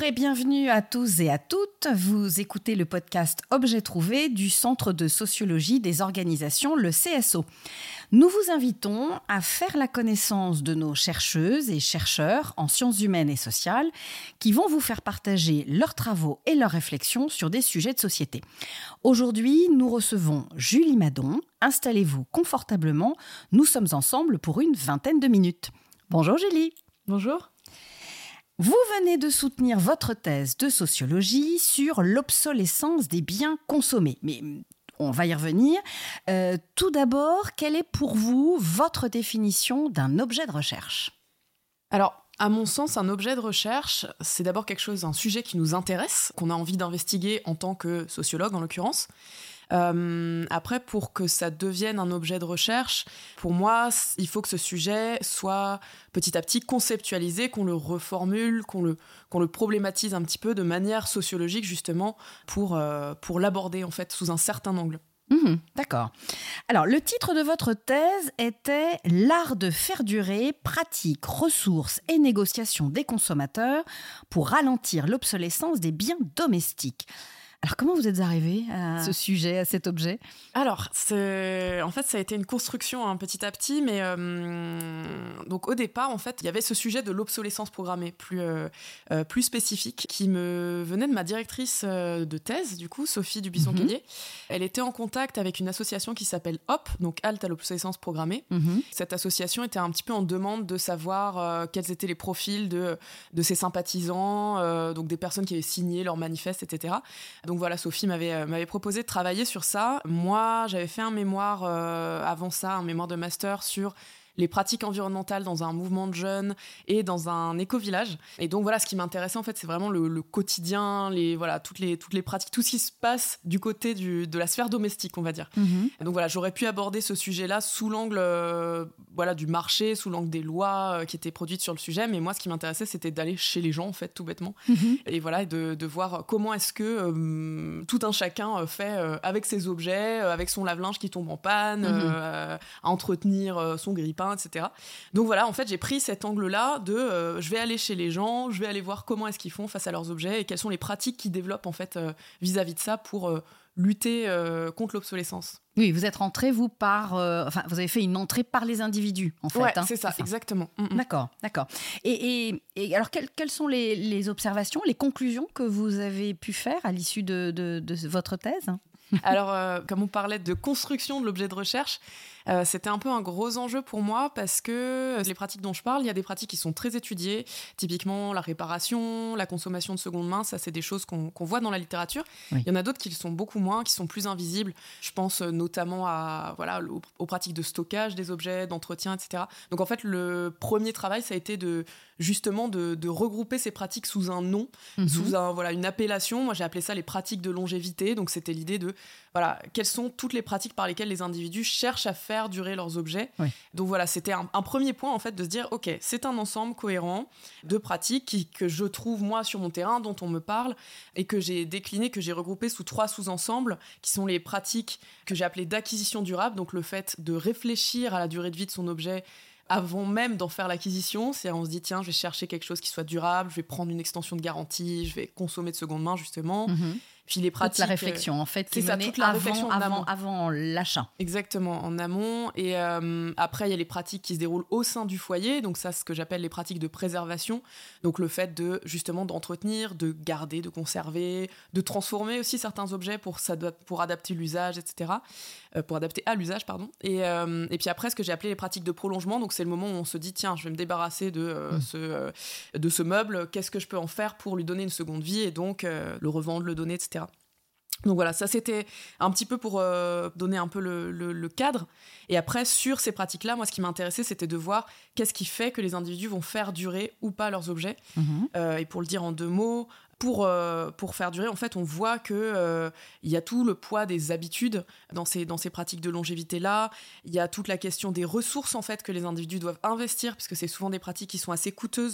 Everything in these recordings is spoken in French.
et bienvenue à tous et à toutes. Vous écoutez le podcast Objet trouvé du Centre de sociologie des organisations, le CSO. Nous vous invitons à faire la connaissance de nos chercheuses et chercheurs en sciences humaines et sociales qui vont vous faire partager leurs travaux et leurs réflexions sur des sujets de société. Aujourd'hui, nous recevons Julie Madon. Installez-vous confortablement. Nous sommes ensemble pour une vingtaine de minutes. Bonjour Julie. Bonjour. Vous venez de soutenir votre thèse de sociologie sur l'obsolescence des biens consommés. Mais on va y revenir. Tout d'abord, quelle est pour vous votre définition d'un objet de recherche ? Alors, à mon sens, un objet de recherche, c'est d'abord un sujet qui nous intéresse, qu'on a envie d'investiguer en tant que sociologue en l'occurrence. Après, pour que ça devienne un objet de recherche, pour moi, il faut que ce sujet soit petit à petit conceptualisé, qu'on le reformule, qu'on le problématise un petit peu de manière sociologique, justement, pour l'aborder, en fait, sous un certain angle. D'accord. Alors, le titre de votre thèse était « L'art de faire durer, pratiques, ressources et négociations des consommateurs pour ralentir l'obsolescence des biens domestiques ». Alors, comment vous êtes arrivé à ce sujet, à cet objet ? Alors, en fait, ça a été une construction petit à petit, mais donc au départ, en fait, il y avait ce sujet de l'obsolescence programmée plus spécifique qui me venait de ma directrice de thèse, du coup, Sophie Dubuisson-Kellier. Elle était en contact avec une association qui s'appelle HOP, donc Halte à l'obsolescence programmée. Cette association était un petit peu en demande de savoir quels étaient les profils de ses sympathisants, donc des personnes qui avaient signé leur manifeste, etc. Donc voilà, Sophie m'avait proposé de travailler sur ça. Moi, j'avais fait un mémoire avant ça, un mémoire de master sur les pratiques environnementales dans un mouvement de jeunes et dans un éco-village. Et donc voilà, ce qui m'intéressait en fait, c'est vraiment le quotidien, toutes les pratiques, tout ce qui se passe du côté de la sphère domestique, on va dire. Et donc voilà, j'aurais pu aborder ce sujet-là sous l'angle du marché, sous l'angle des lois qui étaient produites sur le sujet. Mais moi, ce qui m'intéressait, c'était d'aller chez les gens, en fait, tout bêtement. Et voilà, de voir comment est-ce que tout un chacun fait avec ses objets, avec son lave-linge qui tombe en panne, à entretenir son grille-pain, etc. Donc voilà, en fait, j'ai pris cet angle-là de je vais aller chez les gens, je vais aller voir comment est-ce qu'ils font face à leurs objets et quelles sont les pratiques qu'ils développent en fait vis-à-vis de ça pour lutter contre l'obsolescence. Oui, vous êtes rentré, vous avez fait une entrée par les individus, en fait. Ouais, c'est ça, exactement. D'accord. Et alors, quelles sont les observations, les conclusions que vous avez pu faire à l'issue de votre thèse ? Alors, comme on parlait de construction de l'objet de recherche, c'était un peu un gros enjeu pour moi parce que les pratiques dont je parle, il y a des pratiques qui sont très étudiées, typiquement la réparation, la consommation de seconde main, ça c'est des choses qu'on voit dans la littérature. Oui. Il y en a d'autres qui le sont beaucoup moins, qui sont plus invisibles. Je pense notamment aux pratiques de stockage des objets, d'entretien, etc. Donc en fait, le premier travail, ça a été de regrouper ces pratiques sous un nom, sous une appellation. Moi, j'ai appelé ça les pratiques de longévité. Donc c'était l'idée de quelles sont toutes les pratiques par lesquelles les individus cherchent à faire durer leurs objets. Oui. Donc voilà, c'était un premier point en fait de se dire ok, c'est un ensemble cohérent de pratiques que je trouve moi sur mon terrain, dont on me parle et que j'ai décliné, que j'ai regroupé sous 3 sous-ensembles qui sont les pratiques que j'ai appelées d'acquisition durable, donc le fait de réfléchir à la durée de vie de son objet avant même d'en faire l'acquisition. C'est on se dit tiens, je vais chercher quelque chose qui soit durable, je vais prendre une extension de garantie, je vais consommer de seconde main justement. Puis les pratiques, toute la réflexion en fait qui est menée avant l'achat. Exactement, en amont. Et après il y a les pratiques qui se déroulent au sein du foyer, donc ça c'est ce que j'appelle les pratiques de préservation, donc le fait d'entretenir, de garder, de conserver, de transformer aussi certains objets pour adapter l'usage, etc. Pour adapter à l'usage, pardon. Et puis après ce que j'ai appelé les pratiques de prolongement, donc c'est le moment où on se dit tiens, je vais me débarrasser de ce meuble, qu'est-ce que je peux en faire pour lui donner une seconde vie et donc le revendre, le donner, etc. Donc voilà, ça c'était un petit peu pour donner un peu le cadre. Et après, sur ces pratiques-là, moi ce qui m'intéressait, c'était de voir qu'est-ce qui fait que les individus vont faire durer ou pas leurs objets. Et pour le dire en 2 mots, pour faire durer, en fait, on voit que il y a tout le poids des habitudes dans ces pratiques de longévité-là. Il y a toute la question des ressources, en fait, que les individus doivent investir, puisque c'est souvent des pratiques qui sont assez coûteuses.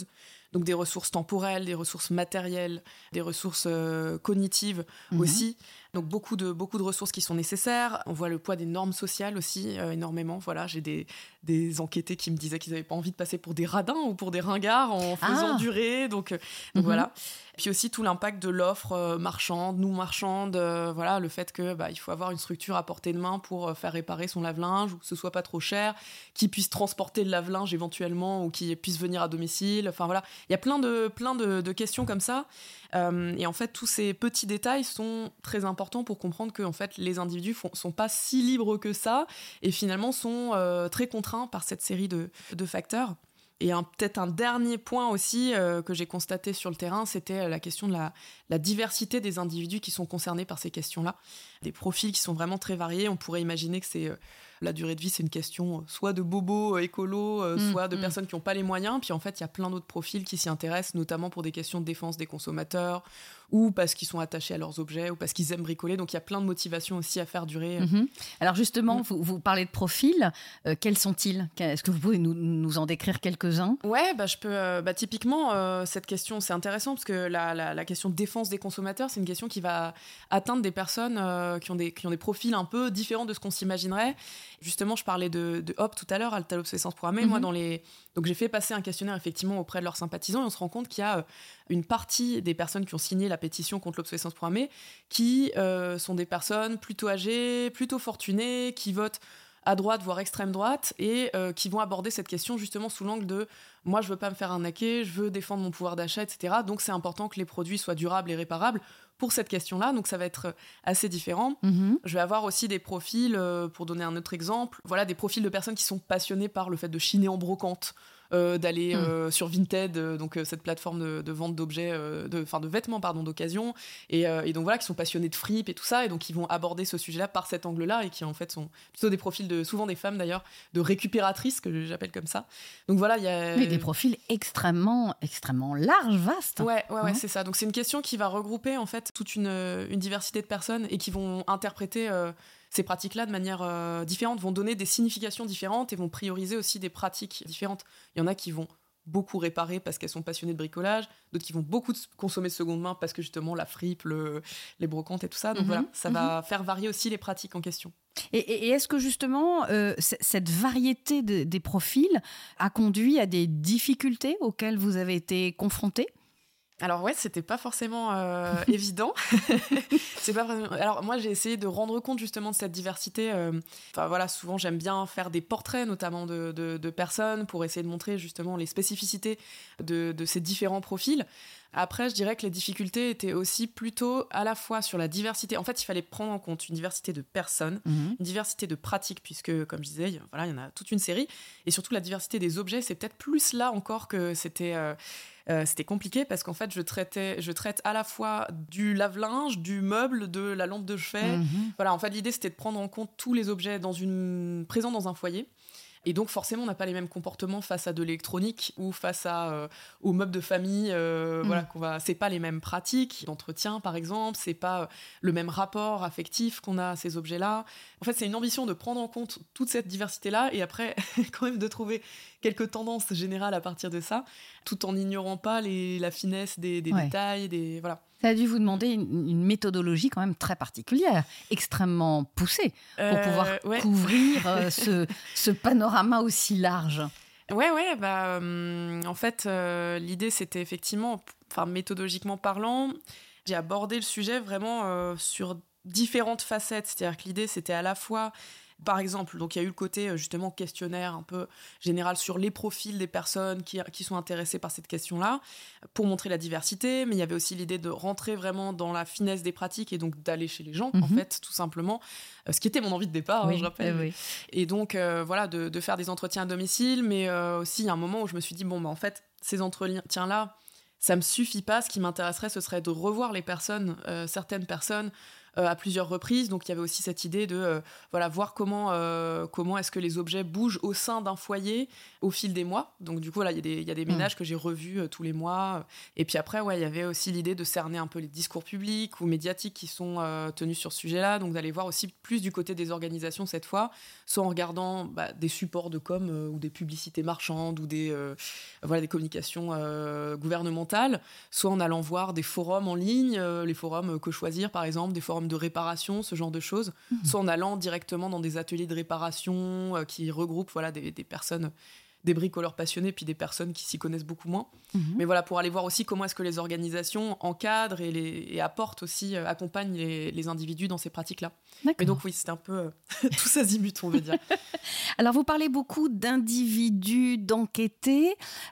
Donc des ressources temporelles, des ressources matérielles, des ressources cognitives aussi. Donc beaucoup de ressources qui sont nécessaires. On voit le poids des normes sociales aussi énormément. Voilà, j'ai des enquêtés qui me disaient qu'ils n'avaient pas envie de passer pour des radins ou pour des ringards en faisant durer. Donc voilà. Puis aussi tout l'impact de l'offre marchande, non marchande. Voilà, le fait que il faut avoir une structure à portée de main pour faire réparer son lave-linge ou que ce soit pas trop cher, qui puisse transporter le lave-linge éventuellement ou qui puisse venir à domicile. Enfin voilà, il y a plein de questions comme ça. Et en fait, tous ces petits détails sont très importants pour comprendre que en fait, les individus sont pas si libres que ça et finalement sont très contraints par cette série de facteurs. Et peut-être un dernier point aussi que j'ai constaté sur le terrain, c'était la question de la diversité des individus qui sont concernés par ces questions-là. Des profils qui sont vraiment très variés. On pourrait imaginer que la durée de vie, c'est une question soit de bobos écolos, soit de personnes qui n'ont pas les moyens. Puis en fait, il y a plein d'autres profils qui s'y intéressent, notamment pour des questions de défense des consommateurs, ou parce qu'ils sont attachés à leurs objets, ou parce qu'ils aiment bricoler. Donc il y a plein de motivations aussi à faire durer. Alors justement, vous parlez de profils. Quels sont-ils ? Est-ce que vous pouvez nous en décrire quelques-uns ? Ouais, je peux. Typiquement, cette question, c'est intéressant parce que la question de défense des consommateurs, c'est une question qui va atteindre des personnes qui ont des profils un peu différents de ce qu'on s'imaginerait. Justement, je parlais de HOP tout à l'heure, Alta l'obsolescence programmée. Moi, donc j'ai fait passer un questionnaire effectivement auprès de leurs sympathisants et on se rend compte qu'il y a une partie des personnes qui ont signé la pétition contre l'obsolescence programmée qui sont des personnes plutôt âgées, plutôt fortunées, qui votent à droite, voire extrême droite, et qui vont aborder cette question justement sous l'angle de « moi, je veux pas me faire arnaquer, je veux défendre mon pouvoir d'achat, etc. » Donc, c'est important que les produits soient durables et réparables pour cette question-là. Donc, ça va être assez différent. Je vais avoir aussi des profils, pour donner un autre exemple, voilà, des profils de personnes qui sont passionnées par le fait de chiner en brocante, d'aller sur Vinted, donc cette plateforme de vente d'objets, de vêtements d'occasion, et donc voilà, qui sont passionnés de fripe et tout ça, et donc ils vont aborder ce sujet-là par cet angle-là, et qui en fait sont plutôt des profils souvent des femmes d'ailleurs, de récupératrices, que j'appelle comme ça. Donc voilà, il y a des profils extrêmement larges, vastes. Ouais, c'est ça. Donc c'est une question qui va regrouper en fait toute une diversité de personnes et qui vont interpréter ces pratiques-là de manière différente, vont donner des significations différentes et vont prioriser aussi des pratiques différentes. Il y en a qui vont beaucoup réparer parce qu'elles sont passionnées de bricolage, d'autres qui vont beaucoup consommer de seconde main parce que justement la fripe, les brocantes et tout ça. Donc voilà, ça va faire varier aussi les pratiques en question. Et est-ce que justement cette variété des profils a conduit à des difficultés auxquelles vous avez été confrontés ? Alors ouais, c'était pas forcément évident. C'est pas vraiment... Alors moi, j'ai essayé de rendre compte justement de cette diversité. Enfin voilà, souvent j'aime bien faire des portraits, notamment de personnes, pour essayer de montrer justement les spécificités de ces différents profils. Après, je dirais que les difficultés étaient aussi plutôt à la fois sur la diversité. En fait, il fallait prendre en compte une diversité de personnes, une diversité de pratiques, puisque, comme je disais, voilà, il y en a toute une série. Et surtout, la diversité des objets, c'est peut-être plus là encore que c'était compliqué, parce qu'en fait, je traite à la fois du lave-linge, du meuble, de la lampe de chevet. Voilà, en fait, l'idée, c'était de prendre en compte tous les objets présents dans un foyer. Et donc, forcément, on n'a pas les mêmes comportements face à de l'électronique ou face aux meubles de famille. Voilà, c'est pas les mêmes pratiques d'entretien, par exemple. C'est pas le même rapport affectif qu'on a à ces objets-là. En fait, c'est une ambition de prendre en compte toute cette diversité-là et après, quand même, de trouver quelques tendances générales à partir de ça, tout en n'ignorant pas la finesse des détails, voilà. Ça a dû vous demander une méthodologie quand même très particulière, extrêmement poussée, pour pouvoir couvrir ce panorama aussi large. Ouais, en fait, l'idée, c'était effectivement, méthodologiquement parlant, j'ai abordé le sujet vraiment sur différentes facettes. C'est-à-dire que l'idée, c'était à la fois... Par exemple, donc il y a eu le côté justement questionnaire un peu général sur les profils des personnes qui sont intéressées par cette question-là, pour montrer la diversité, mais il y avait aussi l'idée de rentrer vraiment dans la finesse des pratiques et donc d'aller chez les gens, en fait, tout simplement, ce qui était mon envie de départ, je rappelle. Oui. Et donc, voilà, de faire des entretiens à domicile, mais aussi il y a un moment où je me suis dit, en fait, ces entretiens-là, ça me suffit pas, ce qui m'intéresserait, ce serait de revoir les personnes, certaines personnes, à plusieurs reprises. Donc il y avait aussi cette idée de voir comment est-ce que les objets bougent au sein d'un foyer au fil des mois. Donc du coup, là, il y a des ménages que j'ai revus tous les mois. Et puis après, il y avait aussi l'idée de cerner un peu les discours publics ou médiatiques qui sont tenus sur ce sujet-là. Donc d'aller voir aussi plus du côté des organisations cette fois, soit en regardant des supports de com ou des publicités marchandes ou des communications gouvernementales, soit en allant voir des forums en ligne, les forums Que Choisir par exemple, des forums de réparation, ce genre de choses, soit en allant directement dans des ateliers de réparation qui regroupent des personnes, des bricoleurs passionnés, puis des personnes qui s'y connaissent beaucoup moins. Mais voilà, pour aller voir aussi comment est-ce que les organisations encadrent et apportent aussi, accompagnent les individus dans ces pratiques-là. D'accord. Mais donc oui, c'était un peu tous azimuts, on va dire. Alors, vous parlez beaucoup d'individus, d'enquêtés.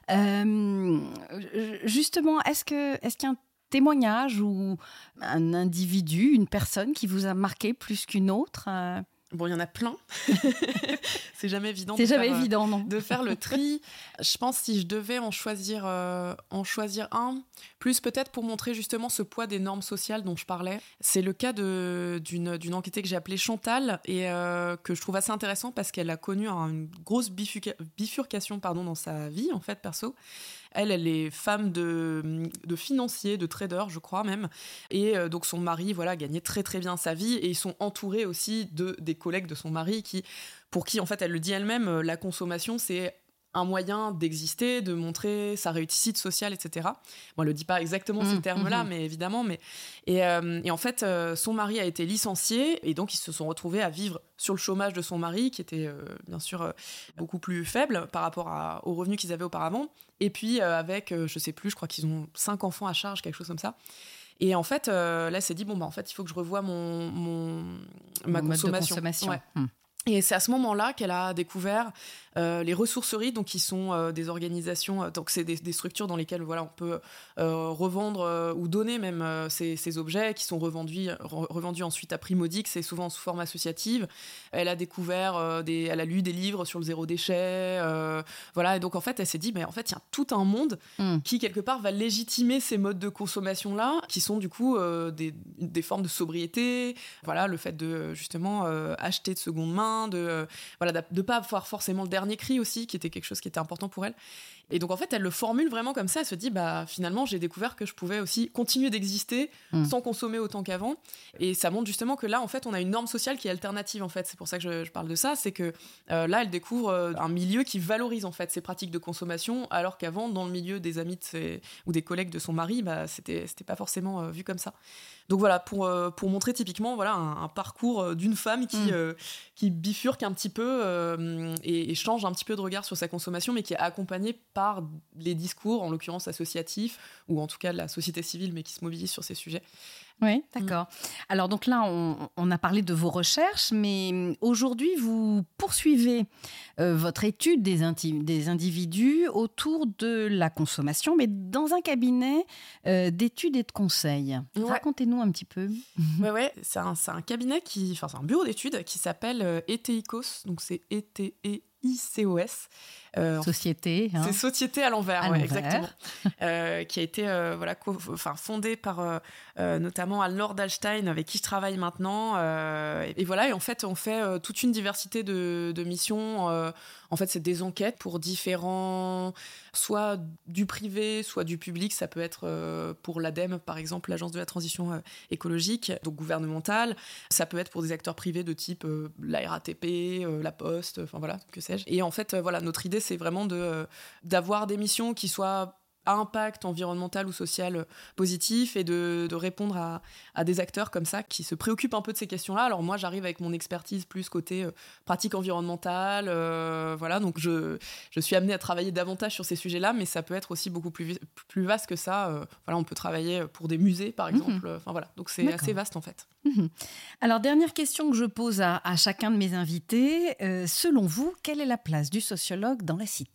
Justement, est-ce qu'il y a un témoignage ou un individu, une personne qui vous a marqué plus qu'une autre Bon, il y en a plein. C'est jamais évident. Non. De faire le tri. Je pense si je devais en choisir un, plus peut-être pour montrer justement ce poids des normes sociales dont je parlais. C'est le cas d'une enquêtée que j'ai appelée Chantal et que je trouve assez intéressant parce qu'elle a connu une grosse bifurcation dans sa vie en fait perso. Elle est femme de financier, de trader, je crois même. Et donc son mari, gagnait très très bien sa vie. Et ils sont entourés aussi des collègues de son mari pour qui, en fait, elle le dit elle-même, la consommation, c'est un moyen d'exister, de montrer sa réussite sociale, etc. Bon, elle ne le dit pas exactement ces termes-là, mais évidemment. Et en fait, son mari a été licencié et donc ils se sont retrouvés à vivre sur le chômage de son mari, qui était bien sûr beaucoup plus faible par rapport aux revenus qu'ils avaient auparavant. Et puis avec, je sais plus, je crois qu'ils ont 5 enfants à charge, quelque chose comme ça. Et en fait, là, elle s'est dit, en fait, il faut que je revoie ma consommation. Ouais. Et c'est à ce moment-là qu'elle a découvert les ressourceries, donc qui sont des organisations, donc c'est des structures dans lesquelles on peut revendre ou donner même ces objets qui sont revendus ensuite à prix modique, c'est souvent sous forme associative. Elle a découvert, elle a lu des livres sur le zéro déchet, et donc en fait elle s'est dit, mais en fait il y a tout un monde qui quelque part va légitimer ces modes de consommation-là, qui sont du coup des formes de sobriété, le fait de justement acheter de seconde main, de pas avoir forcément le dernier cri aussi, qui était quelque chose qui était important pour elle. Et donc en fait elle le formule vraiment comme ça, elle se dit finalement j'ai découvert que je pouvais aussi continuer d'exister sans consommer autant qu'avant, et ça montre justement que là en fait on a une norme sociale qui est alternative en fait, c'est pour ça que je parle de ça, c'est que là elle découvre un milieu qui valorise en fait ces pratiques de consommation, alors qu'avant dans le milieu des amis ou des collègues de son mari, c'était pas forcément vu comme ça. Donc voilà, pour montrer typiquement un parcours d'une femme qui bifurque un petit peu et change un petit peu de regard sur sa consommation, mais qui est accompagnée par les discours, en l'occurrence associatifs, ou en tout cas de la société civile, mais qui se mobilise sur ces sujets. Oui, d'accord. Alors donc là, on a parlé de vos recherches, mais aujourd'hui, vous poursuivez votre étude des individus autour de la consommation, mais dans un cabinet d'études et de conseils. Ouais. Racontez-nous un petit peu. Ouais, c'est un cabinet c'est un bureau d'études qui s'appelle ETICOS, donc c'est ETEICOS. Société. C'est Société à l'envers, exactement. Qui a été fondée par notamment Anne-Laure Dahlstein, avec qui je travaille maintenant. Et en fait, on fait toute une diversité de missions. En fait, c'est des enquêtes pour différents, soit du privé, soit du public. Ça peut être pour l'ADEME, par exemple, l'Agence de la transition écologique, donc gouvernementale. Ça peut être pour des acteurs privés de type la RATP, la Poste, que sais-je. Et en fait, notre idée, c'est vraiment d'avoir des missions qui soient à impact environnemental ou social positif, et de répondre à des acteurs comme ça qui se préoccupent un peu de ces questions-là. Alors moi, j'arrive avec mon expertise plus côté pratique environnementale, donc je suis amenée à travailler davantage sur ces sujets-là, mais ça peut être aussi beaucoup plus vaste que ça. On peut travailler pour des musées, par exemple. Donc c'est assez vaste en fait. Alors, dernière question que je pose à chacun de mes invités. Selon vous, quelle est la place du sociologue dans la cité ?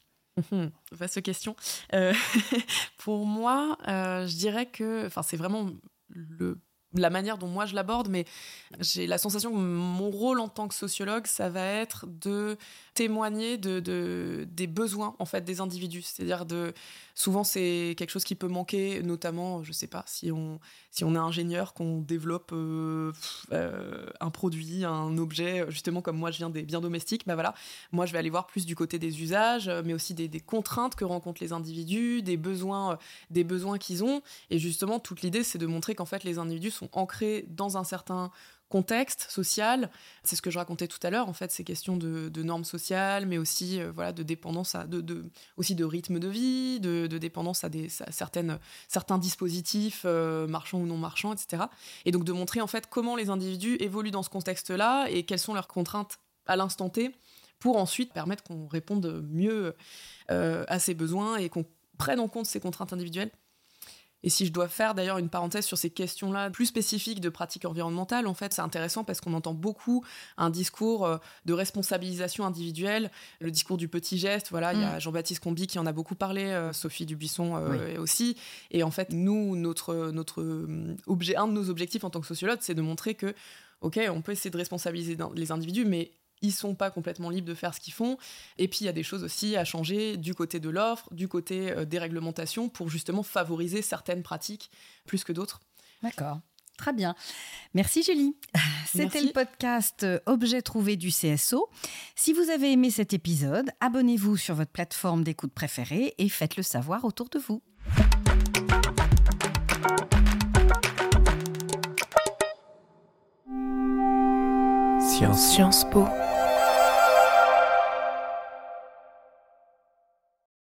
Vaste question. Pour moi, je dirais que c'est vraiment le la manière dont moi je l'aborde, mais j'ai la sensation que mon rôle en tant que sociologue, ça va être de témoigner des besoins en fait des individus. C'est-à-dire souvent c'est quelque chose qui peut manquer, notamment, je sais pas, si on est ingénieur, qu'on développe un produit, un objet, justement comme moi je viens des biens domestiques, bah voilà, moi je vais aller voir plus du côté des usages, mais aussi des contraintes que rencontrent les individus, des besoins qu'ils ont. Et justement, toute l'idée, c'est de montrer qu'en fait les individus sont ancrés dans un certain contexte social. C'est ce que je racontais tout à l'heure, en fait, ces questions de normes sociales, mais aussi de dépendance aussi de rythme de vie, de dépendance à certains dispositifs marchands ou non marchands, etc. Et donc de montrer en fait comment les individus évoluent dans ce contexte-là et quelles sont leurs contraintes à l'instant T pour ensuite permettre qu'on réponde mieux à ces besoins et qu'on prenne en compte ces contraintes individuelles. Et si je dois faire d'ailleurs une parenthèse sur ces questions-là plus spécifiques de pratiques environnementales, en fait, c'est intéressant parce qu'on entend beaucoup un discours de responsabilisation individuelle, le discours du petit geste. Voilà, il y a Jean-Baptiste Comby qui en a beaucoup parlé, Sophie Dubuisson aussi. Et en fait, nous, un de nos objectifs en tant que sociologue, c'est de montrer que, ok, on peut essayer de responsabiliser les individus, mais ils sont pas complètement libres de faire ce qu'ils font. Et puis, il y a des choses aussi à changer du côté de l'offre, du côté des réglementations, pour justement favoriser certaines pratiques plus que d'autres. D'accord. Très bien. Merci Julie. C'était le podcast Objet trouvé du CSO. Si vous avez aimé cet épisode, abonnez-vous sur votre plateforme d'écoute préférée et faites-le savoir autour de vous. Sciences Po.